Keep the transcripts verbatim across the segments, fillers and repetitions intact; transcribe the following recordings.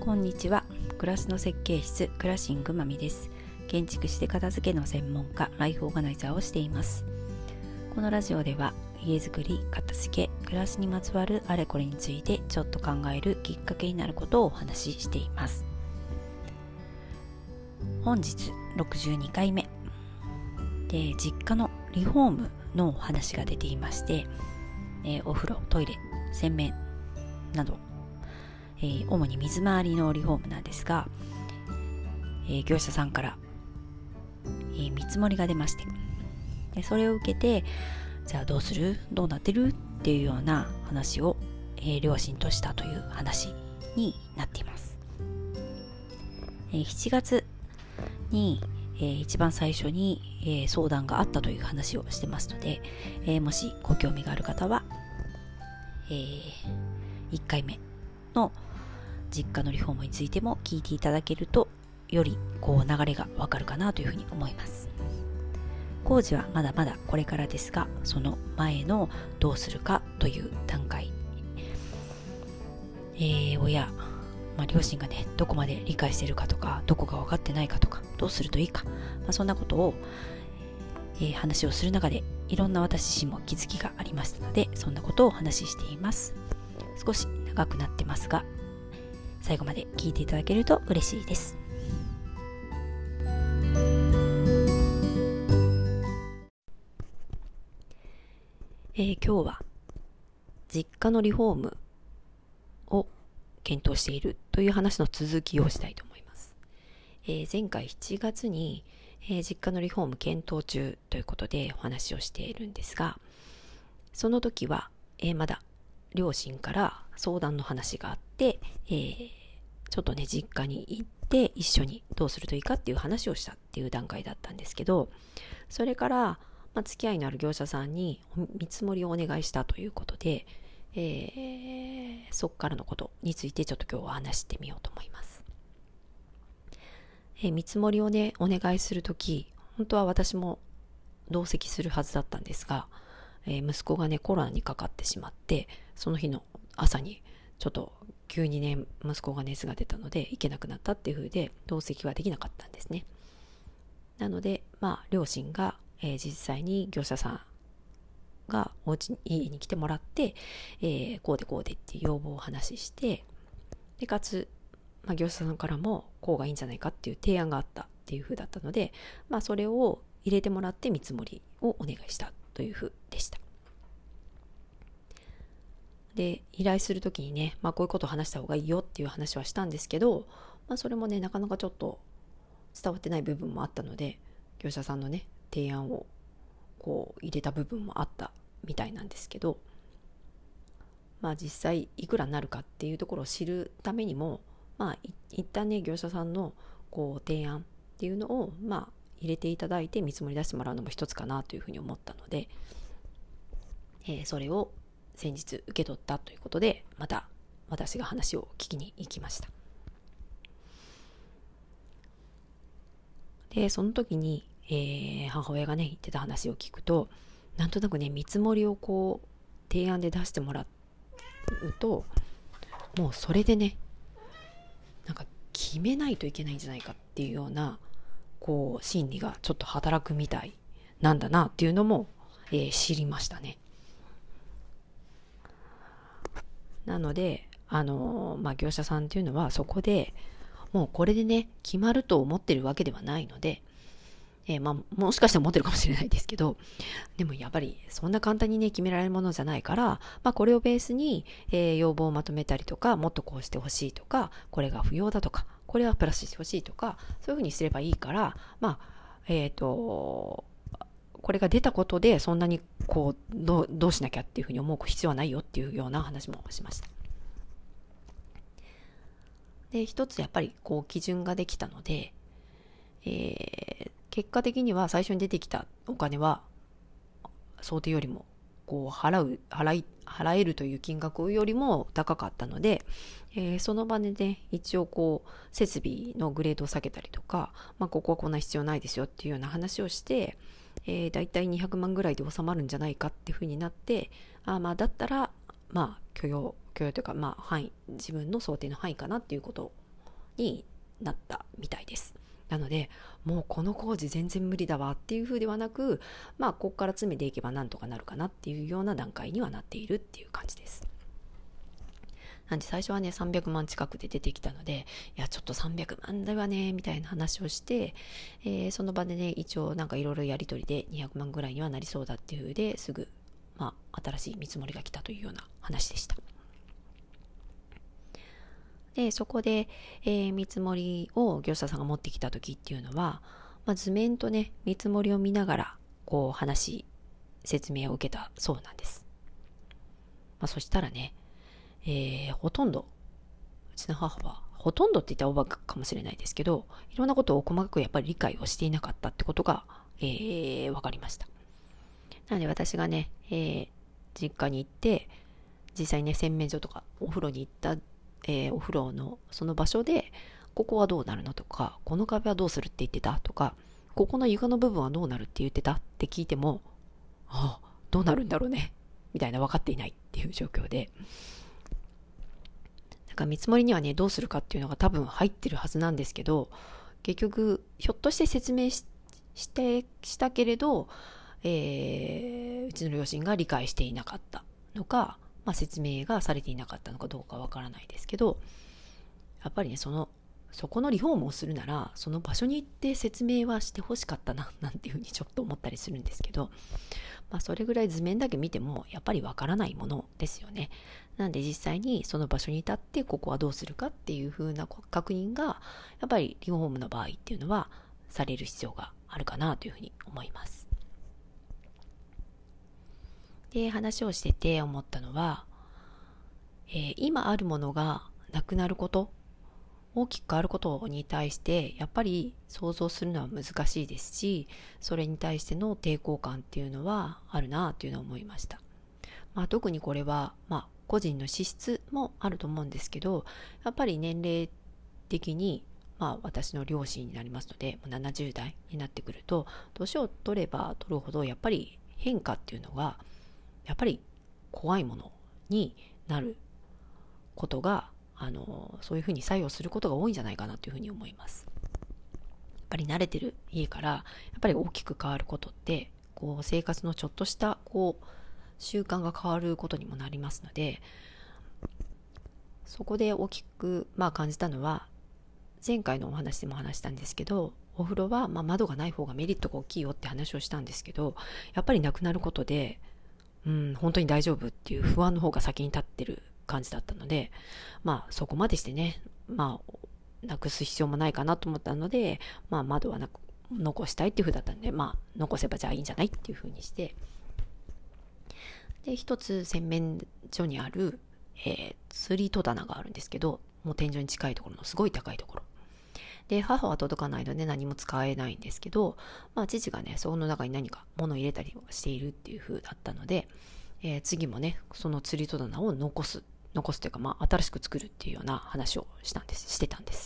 こんにちは。暮らしの設計室クラシングまみです。建築士で片付けの専門家、ライフオーガナイザーをしています。このラジオでは家づくり、片付け、暮らしにまつわるあれこれについてちょっと考えるきっかけになることをお話ししています。本日ろくじゅうにかいめで、実家のリフォームの話が出ていまして、えー、お風呂、トイレ、洗面など、えー、主に水回りのリフォームなんですが、えー、業者さんから、えー、見積もりが出まして、でそれを受けて、じゃあどうする？どうなってる？っていうような話を、えー、両親としたという話になっています。えー、しちがつに、えー、一番最初に、えー、相談があったという話をしてますので、えー、もしご興味がある方は、えー、いっかいめの実家のリフォームについても聞いていただけると、よりこう流れがわかるかなというふうに思います。工事はまだまだこれからですが、その前のどうするかという段階、えー、親、まあ、両親がねどこまで理解しているかとか、どこが分かってないかとか、どうするといいか、まあ、そんなことを、えー、話をする中で、いろんな私自身も気づきがありましたので、そんなことをお話ししています。少し長くなってますが、最後まで聞いていただけると嬉しいです。えー、今日は実家のリフォームを検討しているという話の続きをしたいと思います。えー、前回しちがつに、えー、実家のリフォーム検討中ということでお話をしているんですが、その時は、えー、まだ両親から相談の話があって、えー、ちょっとね実家に行って一緒にどうするといいかっていう話をしたっていう段階だったんですけど、それから、まあ、付き合いのある業者さんに見積もりをお願いしたということで、えー、そこからのことについてちょっと今日は話してみようと思います。えー、見積もりをねお願いするとき、本当は私も同席するはずだったんですが、えー、息子がねコロナにかかってしまって、その日の朝にちょっと急にね息子が熱が出たので行けなくなったっていう風で同席はできなかったんですね。なのでまあ両親が、えー、実際に業者さんがお家に家に来てもらって、えー、こうでこうでっていう要望を話して、でかつ、まあ、業者さんからもこうがいいんじゃないかっていう提案があったっていう風だったので、まあそれを入れてもらって見積もりをお願いしたという風でした。で依頼するときにね、まあ、こういうことを話した方がいいよっていう話はしたんですけど、まあ、それもねなかなかちょっと伝わってない部分もあったので、業者さんのね提案をこう入れた部分もあったみたいなんですけど、まあ実際いくらになるかっていうところを知るためにも、まあ一旦ね業者さんのこう提案っていうのをまあ入れていただいて見積もり出してもらうのも一つかなというふうに思ったので、えー、それを先日受け取ったということで、また私が話を聞きに行きました。でその時に、えー、母親がね言ってた話を聞くと、なんとなくね見積もりをこう提案で出してもらうと、もうそれでねなんか決めないといけないんじゃないかっていうようなこう心理がちょっと働くみたいなんだなっていうのも、えー、知りましたね。なので、あのー、まあ、業者さんっていうのはそこでもうこれでね決まると思ってるわけではないので、えー、まあ、もしかしたら思ってるかもしれないですけど、でもやっぱりそんな簡単にね決められるものじゃないから、まあ、これをベースに、えー、要望をまとめたりとか、もっとこうしてほしいとか、これが不要だとか、これはプラスしてほしいとか、そういうふうにすればいいから、まあえっとこれが出たことでそんなにこうどう、どうしなきゃっていうふうに思う必要はないよっていうような話もしました。で一つやっぱりこう基準ができたので、えー、結果的には最初に出てきたお金は想定よりもこう払う払い払えるという金額よりも高かったので、えー、その場でね一応こう設備のグレードを下げたりとか、まあ、ここはこんな必要ないですよっていうような話をして、えー、だいたいにひゃくまんぐらいで収まるんじゃないかっていうふうになって、あまあだったらまあ許容許容というか、まあ範囲自分の想定の範囲かなっていうことになったみたいです。なのでもうこの工事全然無理だわっていう風ではなく、まあここから詰めていけばなんとかなるかなっていうような段階にはなっているっていう感じです。なんで最初はねさんびゃくまん近くで出てきたので、いやちょっとさんびゃくまんだわねみたいな話をして、えー、その場でね一応なんかいろいろやり取りでにひゃくまんぐらいにはなりそうだっていう風ですぐ、まあ、新しい見積もりが来たというような話でした。でそこで、えー、見積もりを業者さんが持ってきた時っていうのは、まあ、図面とね見積もりを見ながらこう話説明を受けたそうなんです。まあ、そしたらね、えー、ほとんどうちの母はほとんどって言ったらオーバーかもしれないですけど、いろんなことを細かくやっぱり理解をしていなかったってことが、えー、分かりました。なので私がね、えー、実家に行って実際ね洗面所とかお風呂に行ったえー、お風呂のその場所でここはどうなるのとか、この壁はどうするって言ってたとか、ここの床の部分はどうなるって言ってたって聞いても、ああどうなるんだろうねみたいな分かっていないっていう状況で、なんか見積もりにはねどうするかっていうのが多分入ってるはずなんですけど、結局ひょっとして説明 し, してしたけれど、えー、うちの両親が理解していなかったのか、まあ、説明がされていなかったのかどうかわからないですけど、やっぱりねそのそこのリフォームをするならその場所に行って説明はしてほしかったななんていうふうにちょっと思ったりするんですけど、まあ、それぐらい図面だけ見てもやっぱりわからないものですよね。なんで実際にその場所に立ってここはどうするかっていうふうな確認がやっぱりリフォームの場合っていうのはされる必要があるかなというふうに思います。で話をしてて思ったのは、えー、今あるものがなくなること、大きく変わることに対してやっぱり想像するのは難しいですし、それに対しての抵抗感っていうのはあるなというのを思いました。まあ、特にこれは、まあ、個人の資質もあると思うんですけど、やっぱり年齢的に、まあ、私の両親になりますのでななじゅう代になってくると、年を取れば取るほどやっぱり変化っていうのがやっぱり怖いものになることが、あのそういうふうに作用することが多いんじゃないかなというふうに思います。やっぱり慣れてる家からやっぱり大きく変わることって、こう生活のちょっとしたこう習慣が変わることにもなりますので、そこで大きく、まあ、感じたのは、前回のお話でも話したんですけど、お風呂はまあ窓がない方がメリットが大きいよって話をしたんですけど、やっぱりなくなることでうん、本当に大丈夫っていう不安の方が先に立ってる感じだったので、まあそこまでしてね、まあなくす必要もないかなと思ったので、まあ窓はなく残したいっていう風だったんで、まあ残せばじゃあいいんじゃないっていう風にして、で一つ洗面所にある、えー、釣り戸棚があるんですけど、もう天井に近いところのすごい高いところで、母は届かないので何も使えないんですけど、まあ父がねその中に何か物を入れたりをしているっていう風だったので、えー、次もねその釣り戸棚を残す残すというか、まあ新しく作るっていうような話をしたんですしてたんです。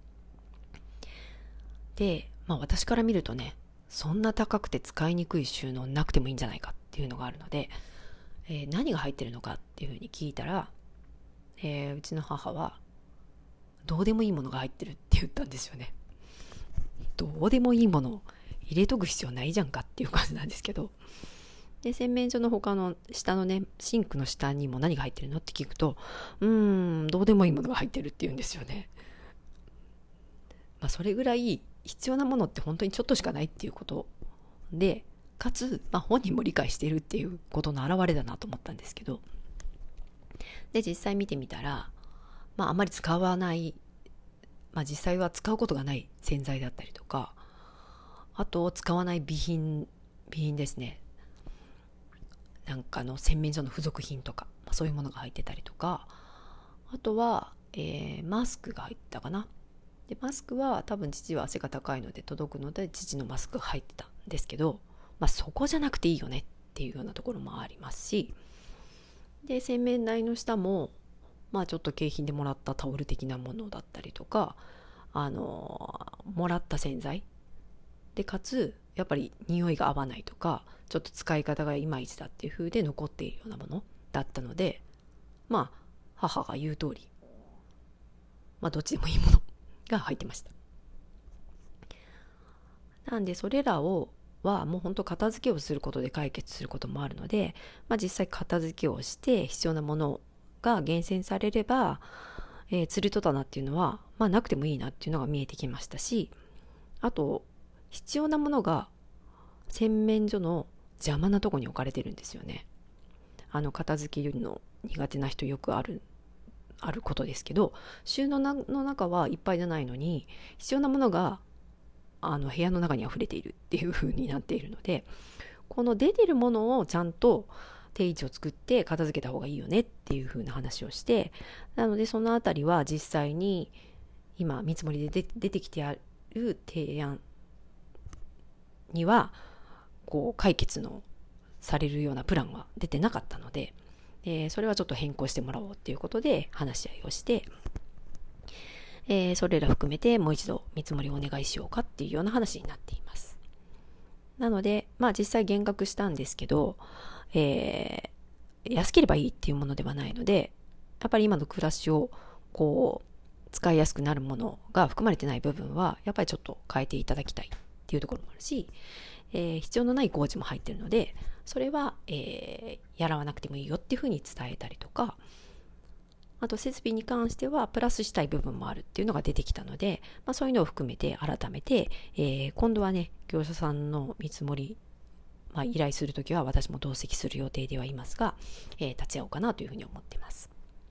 で、まあ私から見るとね、そんな高くて使いにくい収納なくてもいいんじゃないかっていうのがあるので、えー、何が入ってるのかっていう風に聞いたら、えー、うちの母はどうでもいいものが入ってるって言ったんですよね。どうでもいいものを入れとく必要ないじゃんかっていう感じなんですけど、で洗面所の他の下のねシンクの下にも何が入ってるのって聞くと、うーんどうでもいいものが入ってるって言うんですよね。まあそれぐらい必要なものって本当にちょっとしかないっていうことで、かつ、まあ、本人も理解しているっていうことの表れだなと思ったんですけど、で実際見てみたら、まあ、あまり使わない、まあ、実際は使うことがない洗剤だったりとか、あと使わない備品備品ですね、なんかの洗面所の付属品とか、まあ、そういうものが入ってたりとか、あとは、えー、マスクが入ったかな。でマスクは多分父は背が高いので届くので父のマスクが入ってたんですけど、まあ、そこじゃなくていいよねっていうようなところもありますし、で洗面台の下もまあちょっと景品でもらったタオル的なものだったりとか、あのもらった洗剤で、かつやっぱり匂いが合わないとか、ちょっと使い方がいまいちだっていう風で残っているようなものだったので、まあ母が言う通り、まあどっちでもいいものが入ってました。なんでそれらをはもう本当片付けをすることで解決することもあるので、まあ、実際片付けをして必要なものが厳選されれば、えー、釣り戸棚っていうのは、まあ、なくてもいいなっていうのが見えてきましたし、あと必要なものが洗面所の邪魔なとこに置かれてるんですよね。あの片付けの苦手な人よくあるあることですけど、収納の中はいっぱいじゃないのに必要なものがあの部屋の中に溢れているっていう風になっているので、この出てるものをちゃんと定位置を作って片付けた方がいいよねっていう風な話をして、なのでそのあたりは実際に今見積もりで出てきてある提案にはこう解決のされるようなプランは出てなかったので、えー、それはちょっと変更してもらおうっていうことで話し合いをして、えー、それら含めてもう一度見積もりをお願いしようかっていうような話になっています。なのでまあ実際減額したんですけど、えー、安ければいいっていうものではないので、やっぱり今の暮らしをこう使いやすくなるものが含まれてない部分はやっぱりちょっと変えていただきたいっていうところもあるし、えー、必要のない工事も入ってるので、それは、えー、やらなくてもいいよっていうふうに伝えたりとか、あと設備に関してはプラスしたい部分もあるっていうのが出てきたので、まあ、そういうのを含めて改めて、えー、今度はね業者さんの見積もり、まあ、依頼するときは私も同席する予定ではいますが、えー、立ち会おうかなというふうに思っています。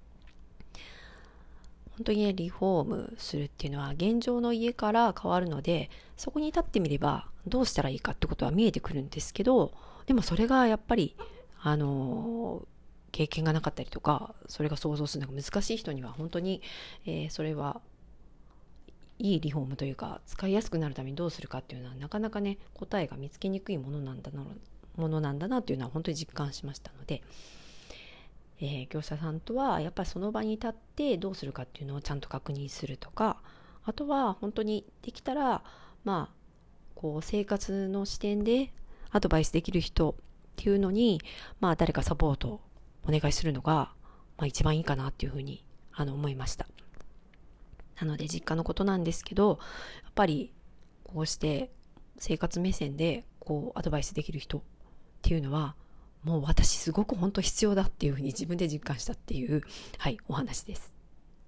本当にねリフォームするっていうのは現状の家から変わるので、そこに立ってみればどうしたらいいかってことは見えてくるんですけど、でもそれがやっぱりあのー経験がなかったりとか、それが想像するのが難しい人には本当に、えー、それはいいリフォームというか使いやすくなるためにどうするかっていうのはなかなかね答えが見つけにくいものなんだなものなんだなっていうのは本当に実感しましたので、えー、業者さんとはやっぱりその場に立ってどうするかっていうのをちゃんと確認するとか、あとは本当にできたらまあこう生活の視点でアドバイスできる人っていうのに、まあ誰かサポートお願いするのが、まあ、一番いいかなっていうふうにあの思いました。なので実家のことなんですけど、やっぱりこうして生活目線でこうアドバイスできる人っていうのはもう私すごく本当必要だっていうふうに自分で実感したっていう、はい、お話です。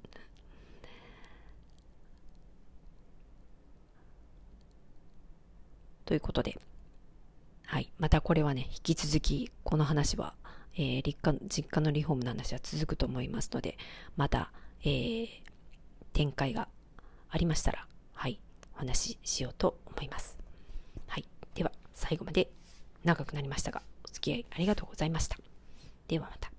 ということで、はい、またこれはね引き続きこの話はえー、実家、実家のリフォームの話は続くと思いますので、また、えー、展開がありましたら、はい、お話ししようと思います。はい、では最後まで長くなりましたが、お付き合いありがとうございました。ではまた。